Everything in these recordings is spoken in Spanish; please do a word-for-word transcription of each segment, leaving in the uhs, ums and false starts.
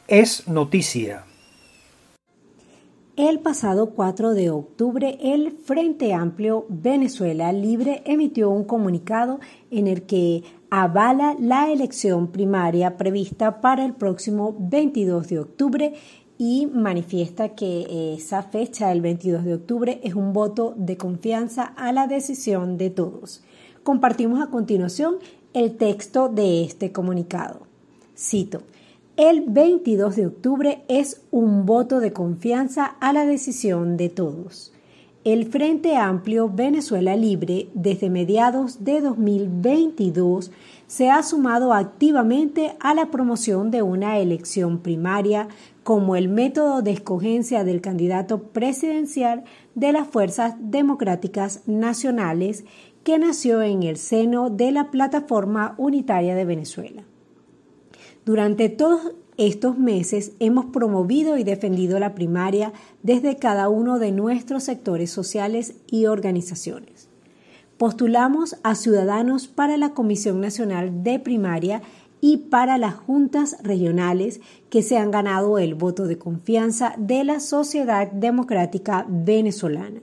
Es noticia. El pasado cuatro de octubre, el Frente Amplio Venezuela Libre emitió un comunicado en el que avala la elección primaria prevista para el próximo veintidós de octubre y manifiesta que esa fecha, el veintidós de octubre, es un voto de confianza a la decisión de todos. Compartimos a continuación el texto de este comunicado. Cito: el veintidós de octubre es un voto de confianza a la decisión de todos. El Frente Amplio Venezuela Libre, desde mediados de dos mil veintidós, se ha sumado activamente a la promoción de una elección primaria como el método de escogencia del candidato presidencial de las Fuerzas Democráticas Nacionales, que nació en el seno de la Plataforma Unitaria de Venezuela. Durante todos estos meses hemos promovido y defendido la primaria desde cada uno de nuestros sectores sociales y organizaciones. Postulamos a ciudadanos para la Comisión Nacional de Primaria y para las juntas regionales que se han ganado el voto de confianza de la sociedad democrática venezolana.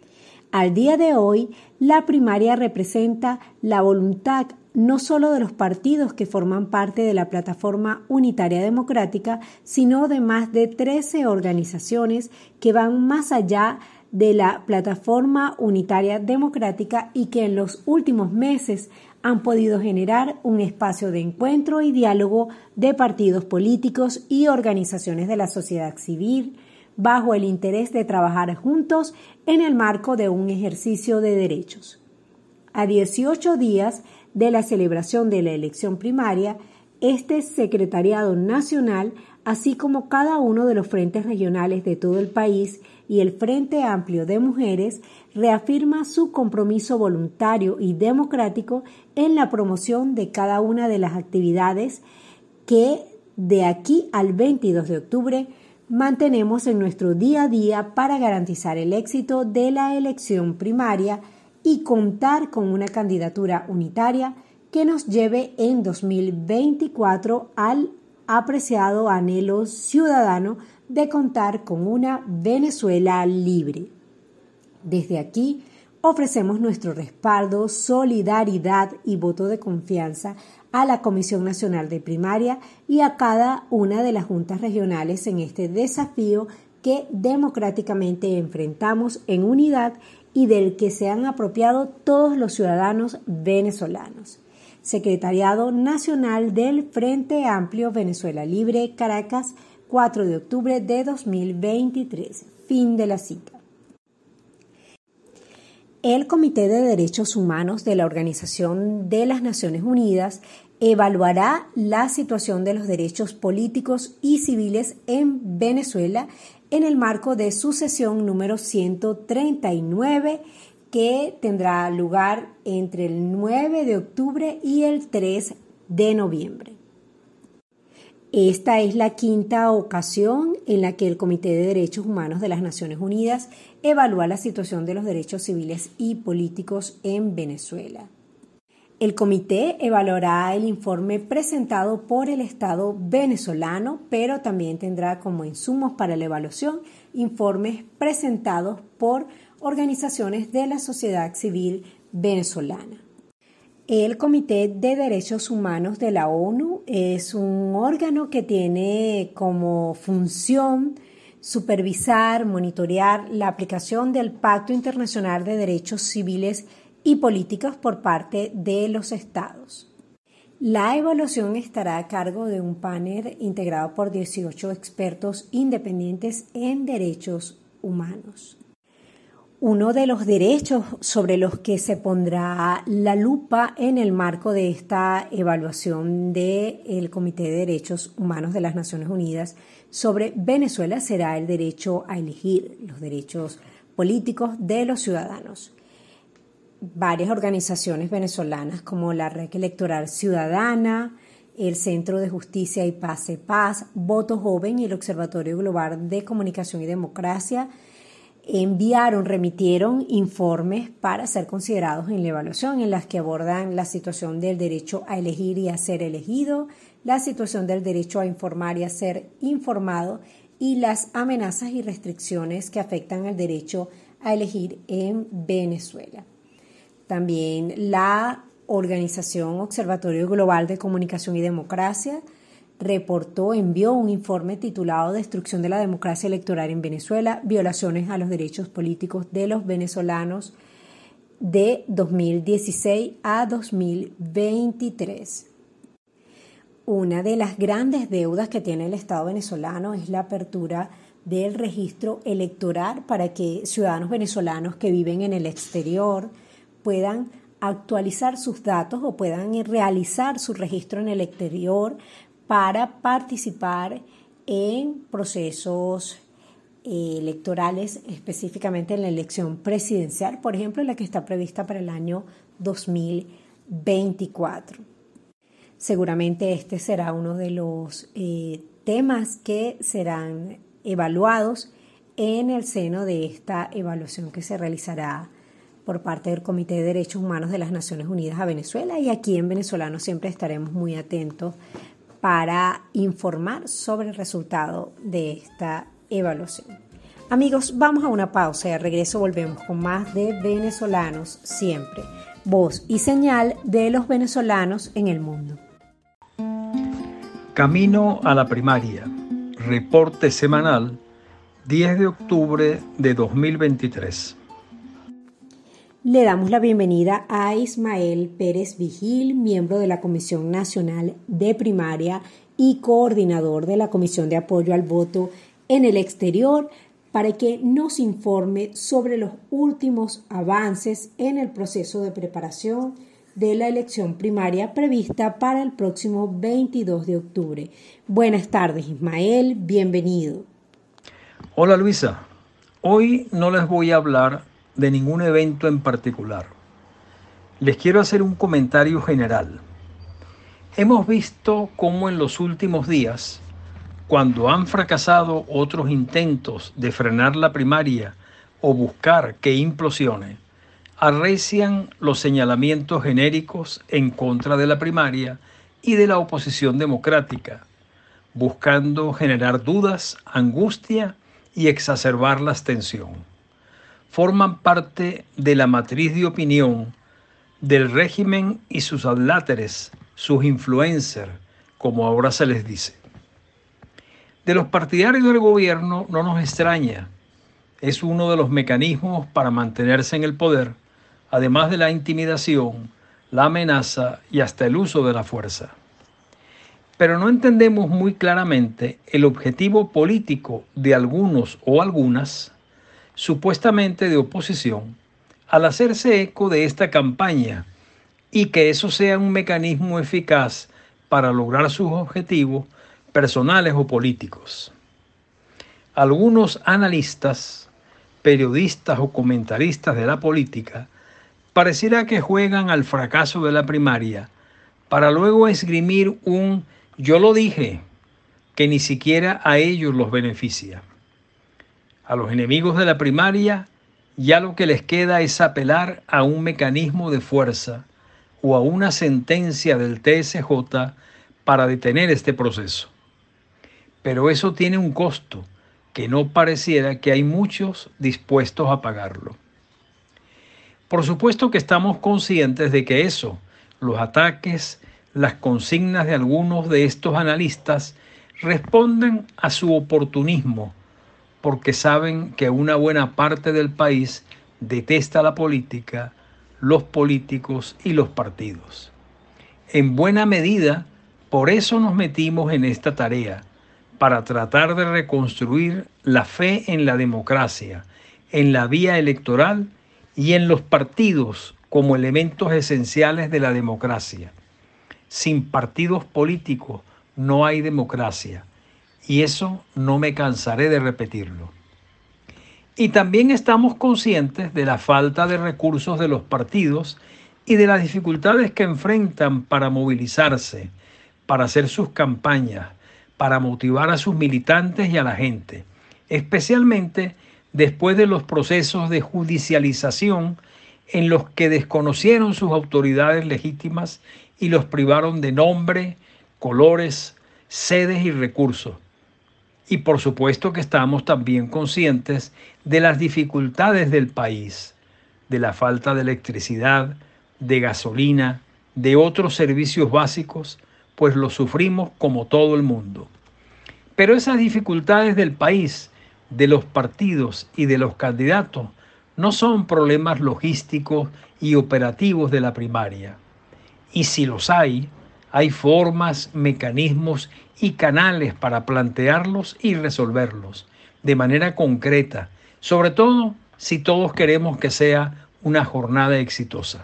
Al día de hoy, la primaria representa la voluntad no solo de los partidos que forman parte de la Plataforma Unitaria Democrática, sino de más de trece organizaciones que van más allá de la Plataforma Unitaria Democrática y que en los últimos meses han podido generar un espacio de encuentro y diálogo de partidos políticos y organizaciones de la sociedad civil, bajo el interés de trabajar juntos en el marco de un ejercicio de derechos. A dieciocho días de la celebración de la elección primaria, este Secretariado Nacional, así como cada uno de los frentes regionales de todo el país y el Frente Amplio de Mujeres, reafirma su compromiso voluntario y democrático en la promoción de cada una de las actividades que, de aquí al veintidós de octubre, mantenemos en nuestro día a día para garantizar el éxito de la elección primaria y contar con una candidatura unitaria que nos lleve en dos mil veinticuatro al apreciado anhelo ciudadano de contar con una Venezuela libre. Desde aquí ofrecemos nuestro respaldo, solidaridad y voto de confianza a la Comisión Nacional de Primaria y a cada una de las juntas regionales en este desafío que democráticamente enfrentamos en unidad y del que se han apropiado todos los ciudadanos venezolanos. Secretariado Nacional del Frente Amplio Venezuela Libre, Caracas, cuatro de octubre de dos mil veintitrés. Fin de la cita. El Comité de Derechos Humanos de la Organización de las Naciones Unidas evaluará la situación de los derechos políticos y civiles en Venezuela en el marco de su sesión número ciento treinta y nueve, que tendrá lugar entre el nueve de octubre y el tres de noviembre. Esta es la quinta ocasión en la que el Comité de Derechos Humanos de las Naciones Unidas evalúa la situación de los derechos civiles y políticos en Venezuela. El comité evaluará el informe presentado por el Estado venezolano, pero también tendrá como insumos para la evaluación informes presentados por organizaciones de la sociedad civil venezolana. El Comité de Derechos Humanos de la ONU es un órgano que tiene como función supervisar, monitorear la aplicación del Pacto Internacional de Derechos Civiles y Políticos por parte de los estados. La evaluación estará a cargo de un panel integrado por dieciocho expertos independientes en derechos humanos. Uno de los derechos sobre los que se pondrá la lupa en el marco de esta evaluación del Comité de Derechos Humanos de las Naciones Unidas sobre Venezuela será el derecho a elegir, los derechos políticos de los ciudadanos. Varias organizaciones venezolanas como la Red Electoral Ciudadana, el Centro de Justicia y Paz, CEPAZ, Voto Joven y el Observatorio Global de Comunicación y Democracia enviaron, remitieron informes para ser considerados en la evaluación, en las que abordan la situación del derecho a elegir y a ser elegido, la situación del derecho a informar y a ser informado y las amenazas y restricciones que afectan al derecho a elegir en Venezuela. También la Organización Observatorio Global de Comunicación y Democracia reportó, envió un informe titulado Destrucción de la democracia electoral en Venezuela, violaciones a los derechos políticos de los venezolanos de dos mil dieciséis a dos mil veintitrés. Una de las grandes deudas que tiene el Estado venezolano es la apertura del registro electoral para que ciudadanos venezolanos que viven en el exterior puedan actualizar sus datos o puedan realizar su registro en el exterior para participar en procesos eh, electorales, específicamente en la elección presidencial, por ejemplo, la que está prevista para el año dos mil veinticuatro. Seguramente este será uno de los eh, temas que serán evaluados en el seno de esta evaluación que se realizará por parte del Comité de Derechos Humanos de las Naciones Unidas a Venezuela, y aquí en Venezolano siempre estaremos muy atentos para informar sobre el resultado de esta evaluación. Amigos, vamos a una pausa y al regreso volvemos con más de Venezolanos Siempre, voz y señal de los venezolanos en el mundo. Camino a la primaria, reporte semanal, diez de octubre de dos mil veintitrés. Le damos la bienvenida a Ismael Pérez Vigil, miembro de la Comisión Nacional de Primaria y coordinador de la Comisión de Apoyo al Voto en el Exterior, para que nos informe sobre los últimos avances en el proceso de preparación de la elección primaria prevista para el próximo veintidós de octubre. Buenas tardes, Ismael, bienvenido. Hola, Luisa. Hoy no les voy a hablar de ningún evento en particular. Les quiero hacer un comentario general. Hemos visto cómo en los últimos días, cuando han fracasado otros intentos de frenar la primaria o buscar que implosione, arrecian los señalamientos genéricos en contra de la primaria y de la oposición democrática, buscando generar dudas, angustia y exacerbar la tensión. Forman parte de la matriz de opinión del régimen y sus adláteres, sus influencers, como ahora se les dice. De los partidarios del gobierno no nos extraña. Es uno de los mecanismos para mantenerse en el poder, además de la intimidación, la amenaza y hasta el uso de la fuerza. Pero no entendemos muy claramente el objetivo político de algunos o algunas, supuestamente de oposición, al hacerse eco de esta campaña y que eso sea un mecanismo eficaz para lograr sus objetivos personales o políticos. Algunos analistas, periodistas o comentaristas de la política pareciera que juegan al fracaso de la primaria para luego esgrimir un "yo lo dije", que ni siquiera a ellos los beneficia. A los enemigos de la primaria ya lo que les queda es apelar a un mecanismo de fuerza o a una sentencia del T S J para detener este proceso. Pero eso tiene un costo que no pareciera que hay muchos dispuestos a pagarlo. Por supuesto que estamos conscientes de que eso, los ataques, las consignas de algunos de estos analistas responden a su oportunismo, porque saben que una buena parte del país detesta la política, los políticos y los partidos. En buena medida, por eso nos metimos en esta tarea, para tratar de reconstruir la fe en la democracia, en la vía electoral y en los partidos como elementos esenciales de la democracia. Sin partidos políticos no hay democracia, y eso no me cansaré de repetirlo. Y también estamos conscientes de la falta de recursos de los partidos y de las dificultades que enfrentan para movilizarse, para hacer sus campañas, para motivar a sus militantes y a la gente, especialmente después de los procesos de judicialización en los que desconocieron sus autoridades legítimas y los privaron de nombre, colores, sedes y recursos. Y por supuesto que estamos también conscientes de las dificultades del país, de la falta de electricidad, de gasolina, de otros servicios básicos, pues lo sufrimos como todo el mundo. Pero esas dificultades del país, de los partidos y de los candidatos no son problemas logísticos y operativos de la primaria. Y si los hay, hay formas, mecanismos y canales para plantearlos y resolverlos de manera concreta, sobre todo si todos queremos que sea una jornada exitosa.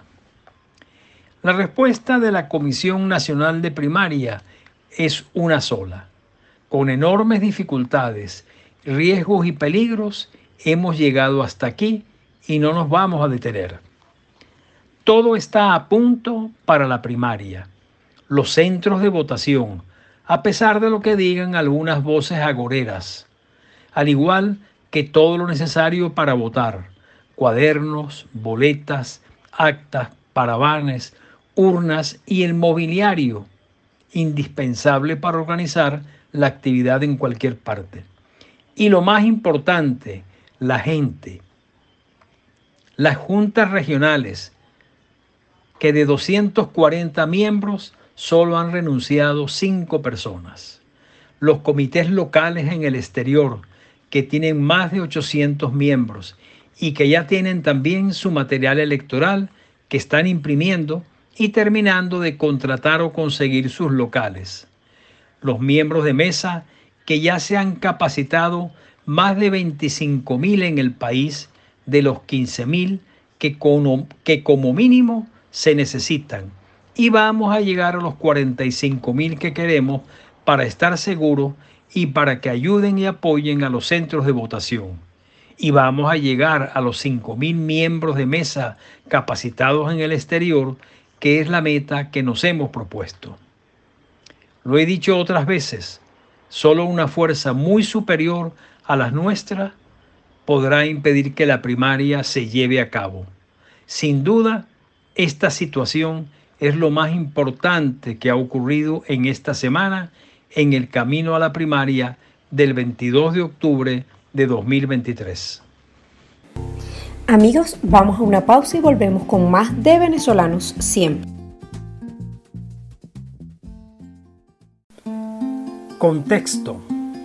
La respuesta de la Comisión Nacional de Primaria es una sola. Con enormes dificultades, riesgos y peligros, hemos llegado hasta aquí y no nos vamos a detener. Todo está a punto para la primaria. Los centros de votación, a pesar de lo que digan algunas voces agoreras, al igual que todo lo necesario para votar, cuadernos, boletas, actas, paravanes, urnas y el mobiliario indispensable para organizar la actividad en cualquier parte. Y lo más importante, la gente. Las juntas regionales, que de doscientos cuarenta miembros solo han renunciado cinco personas. Los comités locales en el exterior, que tienen más de ochocientos miembros y que ya tienen también su material electoral que están imprimiendo y terminando de contratar o conseguir sus locales. Los miembros de mesa que ya se han capacitado, más de veinticinco mil en el país de los quince mil que, que como mínimo se necesitan. Y vamos a llegar a los cuarenta y cinco mil que queremos para estar seguros y para que ayuden y apoyen a los centros de votación. Y vamos a llegar a los cinco mil miembros de mesa capacitados en el exterior, que es la meta que nos hemos propuesto. Lo he dicho otras veces, solo una fuerza muy superior a las nuestras podrá impedir que la primaria se lleve a cabo. Sin duda, esta situación es lo más importante que ha ocurrido en esta semana en el camino a la primaria del veintidós de octubre de dos mil veintitrés. Amigos, vamos a una pausa y volvemos con más de Venezolanos Siempre. Contexto.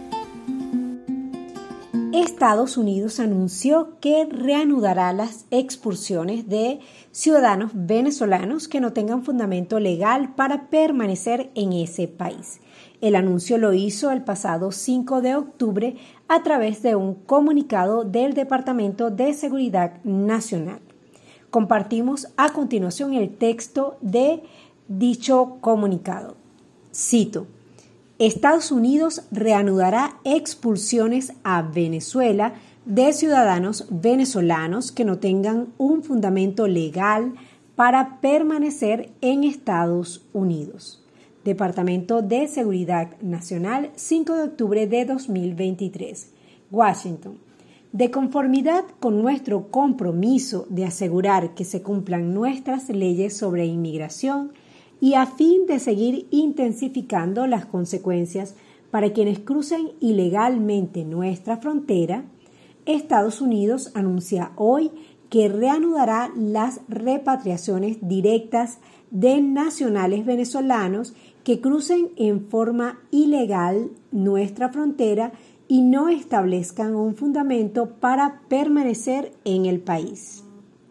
Estados Unidos anunció que reanudará las expulsiones de ciudadanos venezolanos que no tengan fundamento legal para permanecer en ese país. El anuncio lo hizo el pasado cinco de octubre a través de un comunicado del Departamento de Seguridad Nacional. Compartimos a continuación el texto de dicho comunicado. Cito: Estados Unidos reanudará expulsiones a Venezuela de ciudadanos venezolanos que no tengan un fundamento legal para permanecer en Estados Unidos. Departamento de Seguridad Nacional, cinco de octubre de dos mil veintitrés. Washington. De conformidad con nuestro compromiso de asegurar que se cumplan nuestras leyes sobre inmigración, y a fin de seguir intensificando las consecuencias para quienes crucen ilegalmente nuestra frontera, Estados Unidos anuncia hoy que reanudará las repatriaciones directas de nacionales venezolanos que crucen en forma ilegal nuestra frontera y no establezcan un fundamento para permanecer en el país.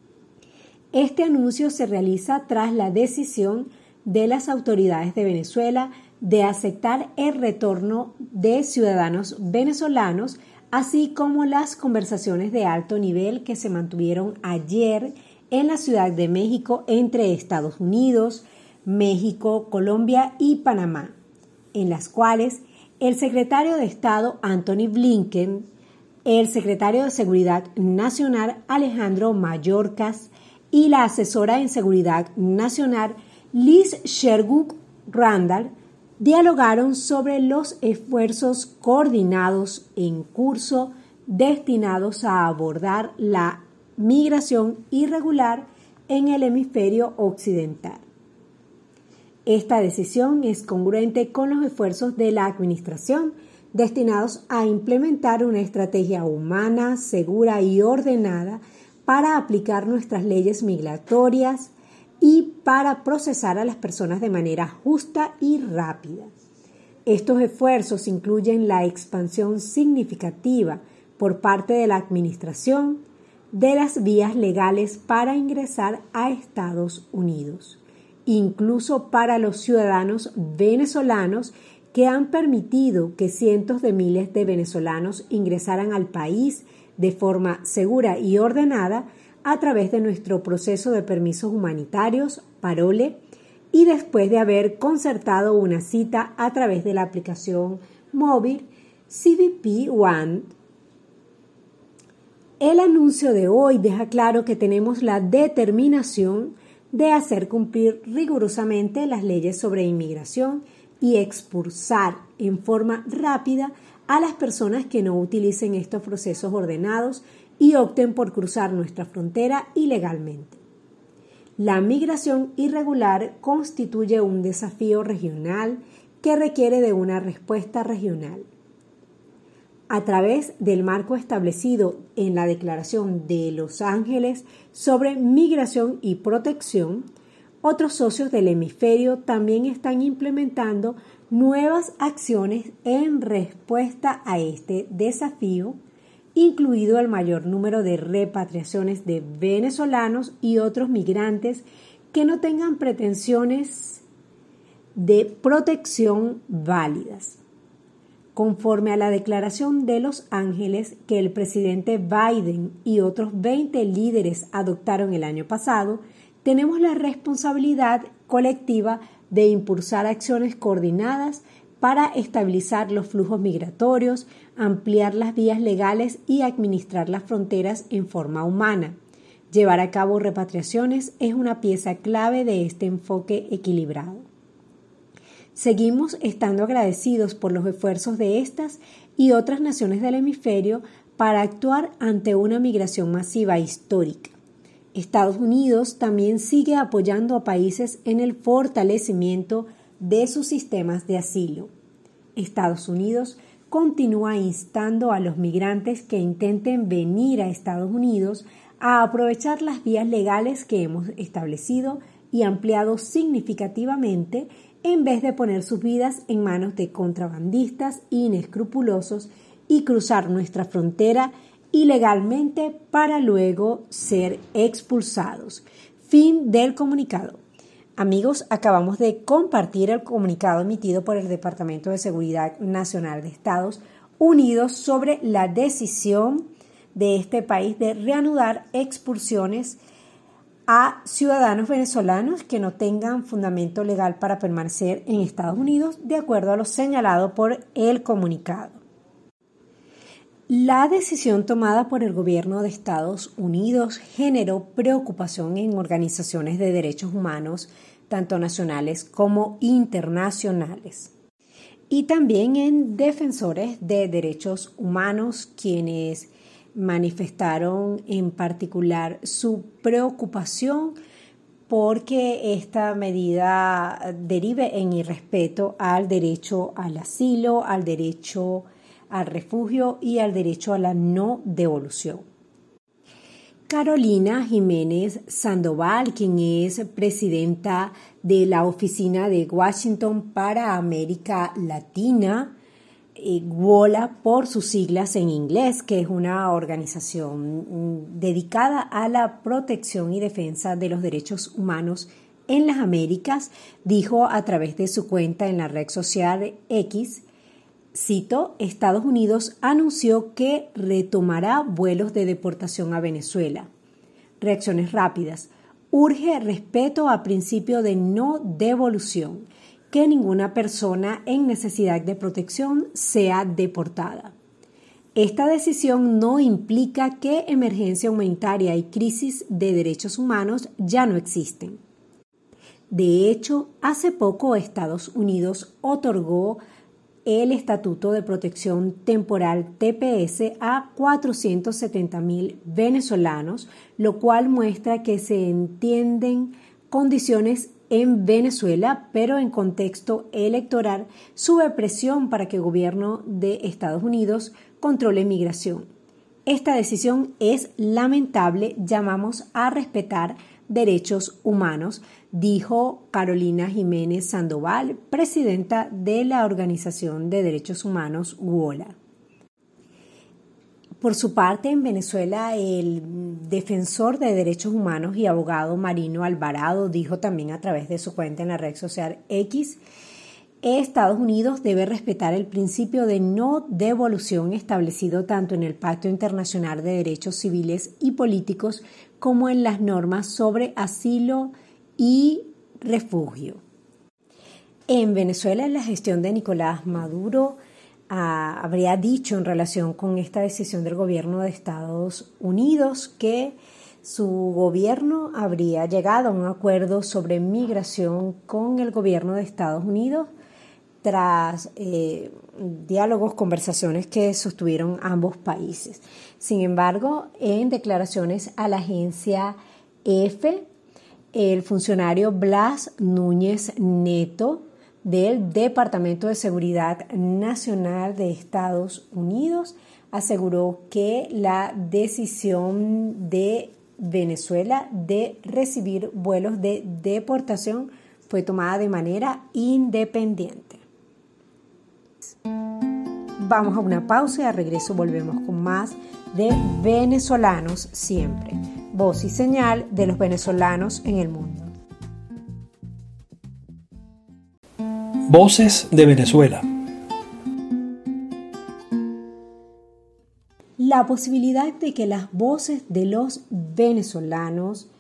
Este anuncio se realiza tras la decisión de las autoridades de Venezuela de aceptar el retorno de ciudadanos venezolanos, así como las conversaciones de alto nivel que se mantuvieron ayer en la Ciudad de México entre Estados Unidos, México, Colombia y Panamá, en las cuales el secretario de Estado Antony Blinken, el secretario de Seguridad Nacional Alejandro Mayorkas y la asesora en Seguridad Nacional Liz Sherwood Randall dialogaron sobre los esfuerzos coordinados en curso destinados a abordar la migración irregular en el hemisferio occidental. Esta decisión es congruente con los esfuerzos de la Administración destinados a implementar una estrategia humana, segura y ordenada para aplicar nuestras leyes migratorias y para procesar a las personas de manera justa y rápida. Estos esfuerzos incluyen la expansión significativa por parte de la Administración de las vías legales para ingresar a Estados Unidos, incluso para los ciudadanos venezolanos que han permitido que cientos de miles de venezolanos ingresaran al país de forma segura y ordenada a través de nuestro proceso de permisos humanitarios, Parole, y después de haber concertado una cita a través de la aplicación móvil C B P One. El anuncio de hoy deja claro que tenemos la determinación de hacer cumplir rigurosamente las leyes sobre inmigración y expulsar en forma rápida a las personas que no utilicen estos procesos ordenados y opten por cruzar nuestra frontera ilegalmente. La migración irregular constituye un desafío regional que requiere de una respuesta regional. A través del marco establecido en la Declaración de Los Ángeles sobre Migración y Protección, otros socios del hemisferio también están implementando nuevas acciones en respuesta a este desafío, incluido el mayor número de repatriaciones de venezolanos y otros migrantes que no tengan pretensiones de protección válidas. Conforme a la Declaración de Los Ángeles que el presidente Biden y otros veinte líderes adoptaron el año pasado, tenemos la responsabilidad colectiva de impulsar acciones coordinadas para estabilizar los flujos migratorios, ampliar las vías legales y administrar las fronteras en forma humana. Llevar a cabo repatriaciones es una pieza clave de este enfoque equilibrado. Seguimos estando agradecidos por los esfuerzos de estas y otras naciones del hemisferio para actuar ante una migración masiva histórica. Estados Unidos también sigue apoyando a países en el fortalecimiento de sus sistemas de asilo. Estados Unidos continúa instando a los migrantes que intenten venir a Estados Unidos a aprovechar las vías legales que hemos establecido y ampliado significativamente en vez de poner sus vidas en manos de contrabandistas inescrupulosos y cruzar nuestra frontera ilegalmente para luego ser expulsados. Fin del comunicado. Amigos, acabamos de compartir el comunicado emitido por el Departamento de Seguridad Nacional de Estados Unidos sobre la decisión de este país de reanudar expulsiones a ciudadanos venezolanos que no tengan fundamento legal para permanecer en Estados Unidos, de acuerdo a lo señalado por el comunicado. La decisión tomada por el gobierno de Estados Unidos generó preocupación en organizaciones de derechos humanos, tanto nacionales como internacionales, y también en defensores de derechos humanos, quienes manifestaron en particular su preocupación porque esta medida derive en irrespeto al derecho al asilo, al derecho al refugio y al derecho a la no devolución. Carolina Jiménez Sandoval, quien es presidenta de la Oficina de Washington para América Latina, eh, WOLA por sus siglas en inglés, que es una organización dedicada a la protección y defensa de los derechos humanos en las Américas, dijo a través de su cuenta en la red social X, cito, Estados Unidos anunció que retomará vuelos de deportación a Venezuela. Reacciones rápidas. Urge respeto a principio de no devolución, que ninguna persona en necesidad de protección sea deportada. Esta decisión no implica que emergencia humanitaria y crisis de derechos humanos ya no existen. De hecho, hace poco Estados Unidos otorgó el Estatuto de Protección Temporal T P S a cuatrocientos setenta mil venezolanos, lo cual muestra que se entienden condiciones en Venezuela, pero en contexto electoral, sube presión para que el gobierno de Estados Unidos controle migración. Esta decisión es lamentable, llamamos a respetar derechos humanos, dijo Carolina Jiménez Sandoval, presidenta de la Organización de Derechos Humanos WOLA. Por su parte, en Venezuela, el defensor de derechos humanos y abogado Marino Alvarado dijo también a través de su cuenta en la red social X: Estados Unidos debe respetar el principio de no devolución establecido tanto en el Pacto Internacional de Derechos Civiles y Políticos como en las normas sobre asilo y refugio. En Venezuela, la gestión de Nicolás Maduro ah, habría dicho en relación con esta decisión del gobierno de Estados Unidos que su gobierno habría llegado a un acuerdo sobre migración con el gobierno de Estados Unidos tras eh, diálogos, conversaciones que sostuvieron ambos países. Sin embargo, en declaraciones a la agencia E F E, el funcionario Blas Núñez Neto del Departamento de Seguridad Nacional de Estados Unidos aseguró que la decisión de Venezuela de recibir vuelos de deportación fue tomada de manera independiente. Vamos a una pausa y al regreso volvemos con más de Venezolanos Siempre, voz y señal de los venezolanos en el mundo. Voces de Venezuela. La posibilidad de que las voces de los venezolanos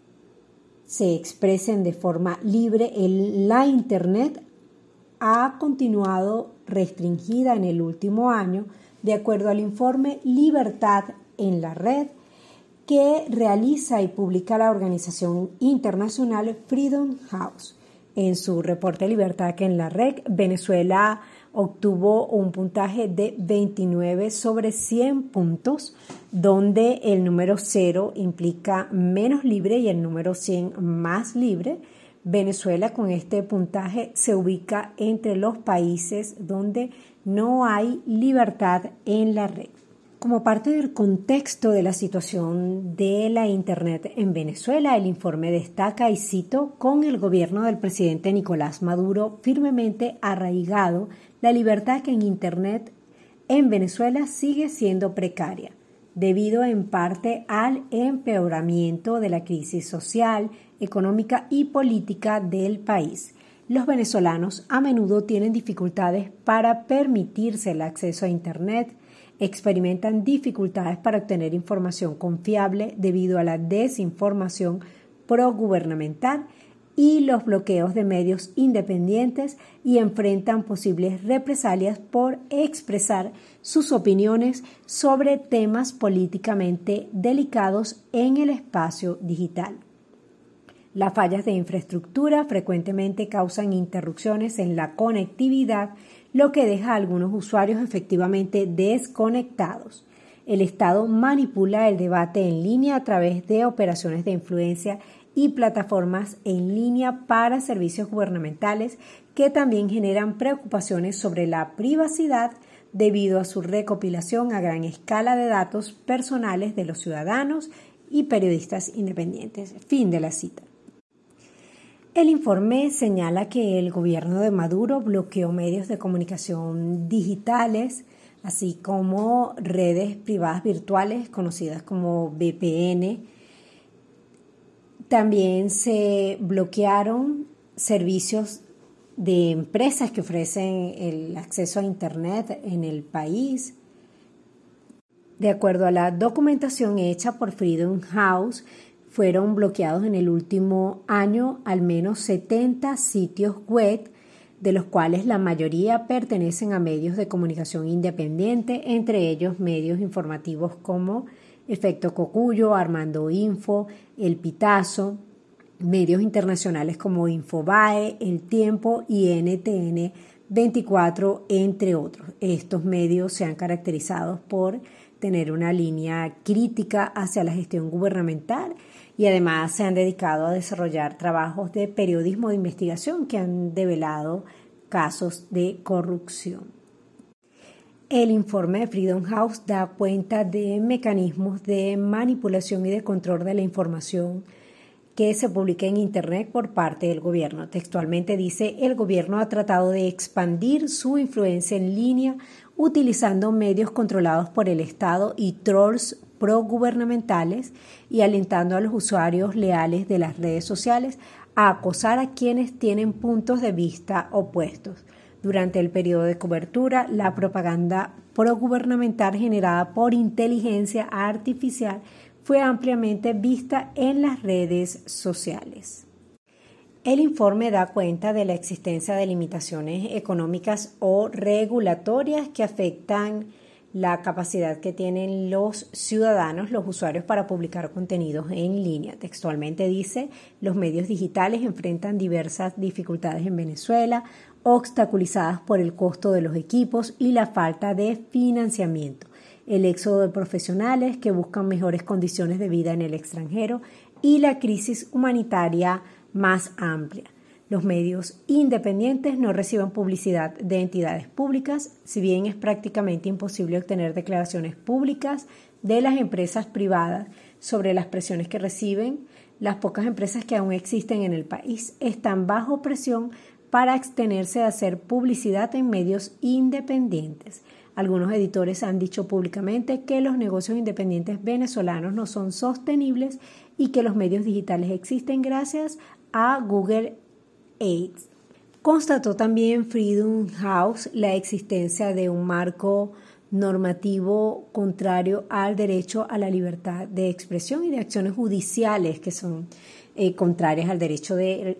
se expresen de forma libre en la Internet ha continuado restringida en el último año, de acuerdo al informe Libertad en la Red que realiza y publica la organización internacional Freedom House. En su reporte Libertad en la Red, Venezuela obtuvo un puntaje de veintinueve sobre cien puntos, donde el número cero implica menos libre y el número cien más libre. Venezuela con este puntaje se ubica entre los países donde no hay libertad en la red. Como parte del contexto de la situación de la Internet en Venezuela, el informe destaca, y cito, con el gobierno del presidente Nicolás Maduro firmemente arraigado, la libertad en Internet en Venezuela sigue siendo precaria, debido en parte al empeoramiento de la crisis social, económica y política del país. Los venezolanos a menudo tienen dificultades para permitirse el acceso a Internet, experimentan dificultades para obtener información confiable debido a la desinformación progubernamental y los bloqueos de medios independientes y enfrentan posibles represalias por expresar sus opiniones sobre temas políticamente delicados en el espacio digital. Las fallas de infraestructura frecuentemente causan interrupciones en la conectividad, lo que deja a algunos usuarios efectivamente desconectados. El Estado manipula el debate en línea a través de operaciones de influencia y plataformas en línea para servicios gubernamentales que también generan preocupaciones sobre la privacidad debido a su recopilación a gran escala de datos personales de los ciudadanos y periodistas independientes. Fin de la cita. El informe señala que el gobierno de Maduro bloqueó medios de comunicación digitales, así como redes privadas virtuales conocidas como V P N. También se bloquearon servicios de empresas que ofrecen el acceso a Internet en el país. De acuerdo a la documentación hecha por Freedom House, fueron bloqueados en el último año al menos setenta sitios web, de los cuales la mayoría pertenecen a medios de comunicación independiente, entre ellos medios informativos como Efecto Cocuyo, Armando Info, El Pitazo, medios internacionales como Infobae, El Tiempo y N T N veinticuatro, entre otros. Estos medios se han caracterizado por tener una línea crítica hacia la gestión gubernamental y además se han dedicado a desarrollar trabajos de periodismo de investigación que han develado casos de corrupción. El informe de Freedom House da cuenta de mecanismos de manipulación y de control de la información que se publica en Internet por parte del gobierno. Textualmente dice, el gobierno ha tratado de expandir su influencia en línea utilizando medios controlados por el Estado y trolls progubernamentales y alentando a los usuarios leales de las redes sociales a acosar a quienes tienen puntos de vista opuestos. Durante el periodo de cobertura, la propaganda progubernamental generada por inteligencia artificial fue ampliamente vista en las redes sociales. El informe da cuenta de la existencia de limitaciones económicas o regulatorias que afectan la capacidad que tienen los ciudadanos, los usuarios, para publicar contenidos en línea. Textualmente dice, los medios digitales enfrentan diversas dificultades en Venezuela, obstaculizadas por el costo de los equipos y la falta de financiamiento, el éxodo de profesionales que buscan mejores condiciones de vida en el extranjero y la crisis humanitaria más amplia. Los medios independientes no reciben publicidad de entidades públicas, si bien es prácticamente imposible obtener declaraciones públicas de las empresas privadas sobre las presiones que reciben. Las pocas empresas que aún existen en el país están bajo presión para abstenerse de hacer publicidad en medios independientes. Algunos editores han dicho públicamente que los negocios independientes venezolanos no son sostenibles y que los medios digitales existen gracias a Google Ads. Constató también Freedom House la existencia de un marco normativo contrario al derecho a la libertad de expresión y de acciones judiciales que son eh, contrarias al derecho de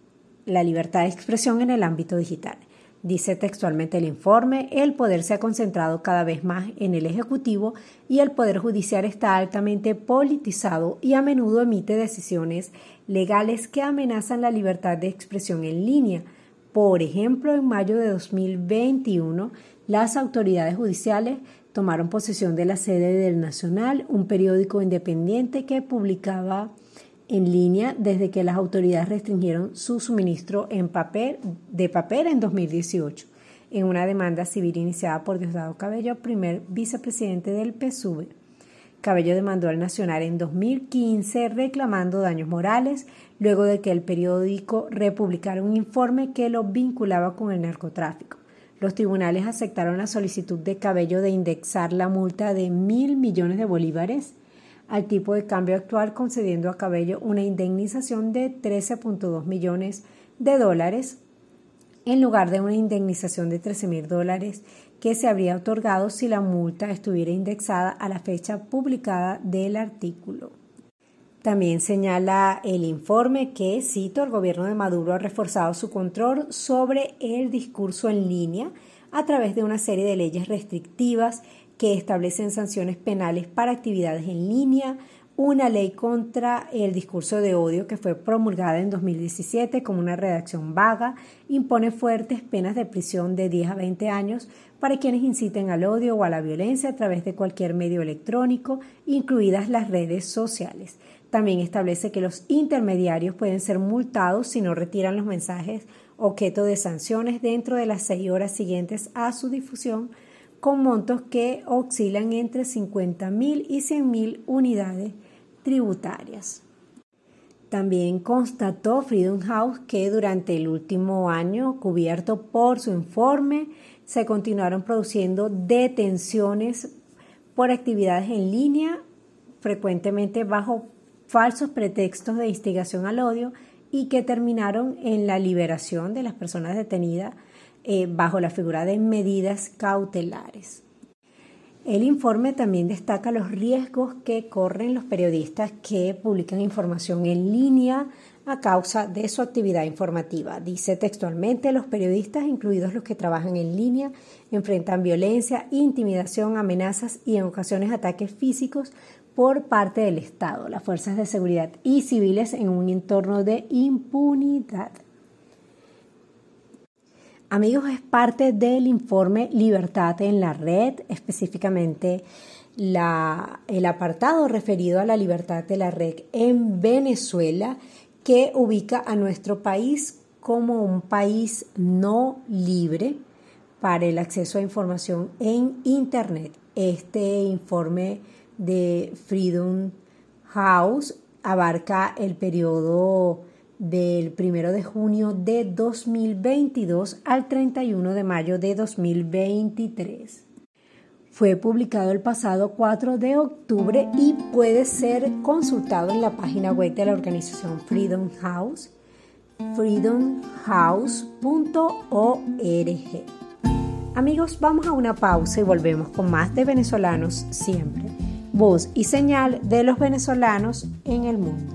la libertad de expresión en el ámbito digital. Dice textualmente el informe, el poder se ha concentrado cada vez más en el Ejecutivo y el Poder Judicial está altamente politizado y a menudo emite decisiones legales que amenazan la libertad de expresión en línea. Por ejemplo, en mayo de dos mil veintiuno, las autoridades judiciales tomaron posesión de la sede del Nacional, un periódico independiente que publicaba en línea desde que las autoridades restringieron su suministro en papel, de papel en dos mil dieciocho, en una demanda civil iniciada por Diosdado Cabello, primer vicepresidente del P S U V. Cabello demandó al Nacional en dos mil quince reclamando daños morales luego de que el periódico republicara un informe que lo vinculaba con el narcotráfico. Los tribunales aceptaron la solicitud de Cabello de indexar la multa de mil millones de bolívares al tipo de cambio actual, concediendo a Cabello una indemnización de trece punto dos millones de dólares en lugar de una indemnización de trece mil dólares que se habría otorgado si la multa estuviera indexada a la fecha publicada del artículo. También señala el informe que, cito, el gobierno de Maduro ha reforzado su control sobre el discurso en línea a través de una serie de leyes restrictivas que establecen sanciones penales para actividades en línea, una ley contra el discurso de odio que fue promulgada en dos mil diecisiete como una redacción vaga, impone fuertes penas de prisión de diez a veinte años para quienes inciten al odio o a la violencia a través de cualquier medio electrónico, incluidas las redes sociales. También establece que los intermediarios pueden ser multados si no retiran los mensajes objeto de sanciones dentro de las seis horas siguientes a su difusión, con montos que oscilan entre cincuenta mil y cien mil unidades tributarias. También constató Freedom House que durante el último año, cubierto por su informe, se continuaron produciendo detenciones por actividades en línea, frecuentemente bajo falsos pretextos de instigación al odio, y que terminaron en la liberación de las personas detenidas eh, bajo la figura de medidas cautelares. El informe también destaca los riesgos que corren los periodistas que publican información en línea a causa de su actividad informativa. Dice textualmente, los periodistas, incluidos los que trabajan en línea, enfrentan violencia, intimidación, amenazas y en ocasiones ataques físicos por parte del Estado, las fuerzas de seguridad y civiles en un entorno de impunidad. Amigos, es parte del informe Libertad en la Red, específicamente la, el apartado referido a la libertad de la red en Venezuela, que ubica a nuestro país como un país no libre para el acceso a información en Internet. Este informe de Freedom House abarca el periodo del primero de junio de dos mil veintidós al treinta y uno de mayo de dos mil veintitrés. Fue publicado el pasado cuatro de octubre y puede ser consultado en la página web de la organización Freedom House, freedom house punto org. Amigos, vamos a una pausa y volvemos con más de Venezolanos Siempre, voz y señal de los venezolanos en el mundo.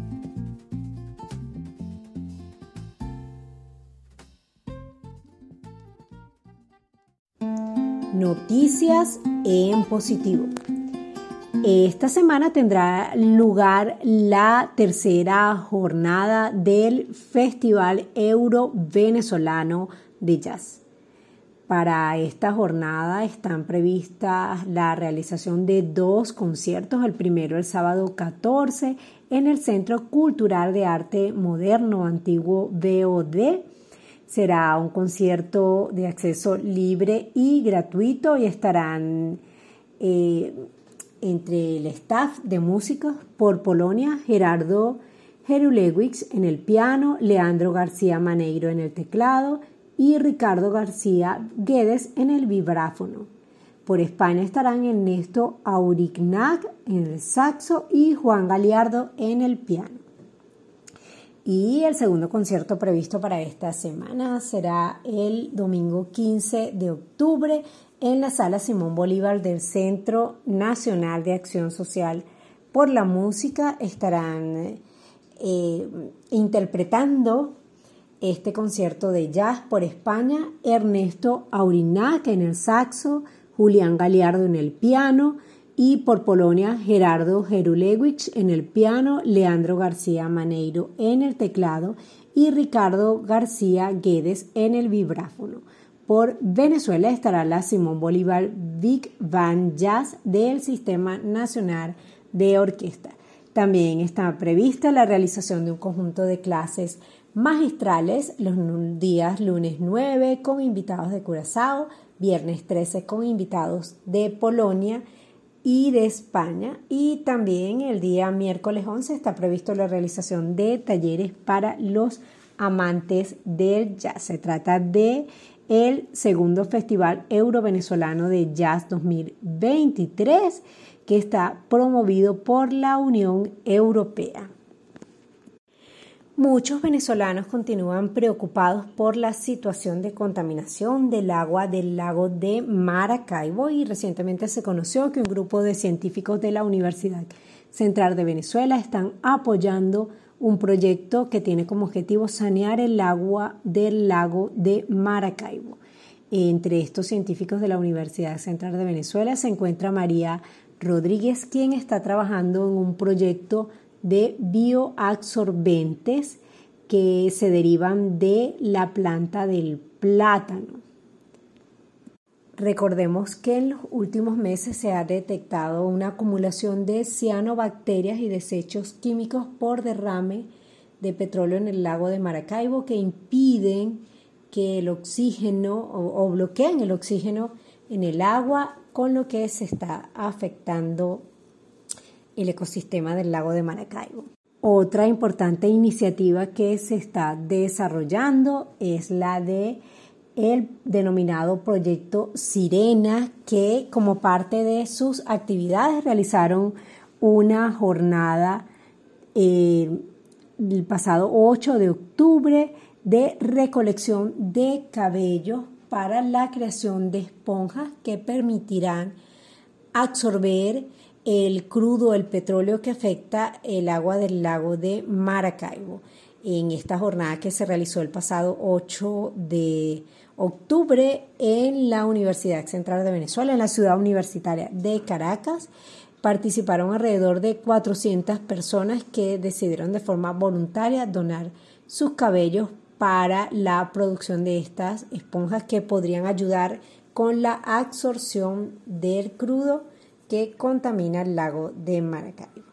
Noticias en positivo. Esta semana tendrá lugar la tercera jornada del Festival Euro-Venezolano de Jazz. Para esta jornada están previstas la realización de dos conciertos, el primero el sábado catorce en el Centro Cultural de Arte Moderno Antiguo V O D. Será un concierto de acceso libre y gratuito y estarán eh, entre el staff de músicos por Polonia, Gerardo Herulewicz en el piano, Leandro García Maneiro en el teclado y Ricardo García Guedes en el vibráfono. Por España estarán Ernesto Aurignac en el saxo y Juan Galiardo en el piano. Y el segundo concierto previsto para esta semana será el domingo quince de octubre en la Sala Simón Bolívar del Centro Nacional de Acción Social por la Música. Estarán eh, interpretando este concierto de jazz por España Ernesto Aurignac en el saxo, Julián Galiardo en el piano, y por Polonia, Gerardo Herulewicz en el piano, Leandro García Maneiro en el teclado y Ricardo García Guedes en el vibráfono. Por Venezuela estará la Simón Bolívar Big Band Jazz del Sistema Nacional de Orquesta. También está prevista la realización de un conjunto de clases magistrales los días lunes nueve con invitados de Curazao, viernes trece con invitados de Polonia y de España, y también el día miércoles once está previsto la realización de talleres para los amantes del jazz. Se trata de el segundo Festival Euro-Venezolano de Jazz dos mil veintitrés, que está promovido por la Unión Europea. Muchos venezolanos continúan preocupados por la situación de contaminación del agua del lago de Maracaibo y recientemente se conoció que un grupo de científicos de la Universidad Central de Venezuela están apoyando un proyecto que tiene como objetivo sanear el agua del lago de Maracaibo. Entre estos científicos de la Universidad Central de Venezuela se encuentra María Rodríguez, quien está trabajando en un proyecto de bioabsorbentes que se derivan de la planta del plátano. Recordemos que en los últimos meses se ha detectado una acumulación de cianobacterias y desechos químicos por derrame de petróleo en el lago de Maracaibo que impiden que el oxígeno o, o bloquean el oxígeno en el agua, con lo que se está afectando el ecosistema del lago de Maracaibo. Otra importante iniciativa que se está desarrollando es la de el denominado Proyecto Sirena, que como parte de sus actividades realizaron una jornada eh, el pasado ocho de octubre de recolección de cabellos para la creación de esponjas que permitirán absorber el crudo, el petróleo que afecta el agua del lago de Maracaibo. En esta jornada que se realizó el pasado ocho de octubre en la Universidad Central de Venezuela, en la ciudad universitaria de Caracas, participaron alrededor de cuatrocientas personas que decidieron de forma voluntaria donar sus cabellos para la producción de estas esponjas que podrían ayudar con la absorción del crudo que contamina el lago de Maracaibo.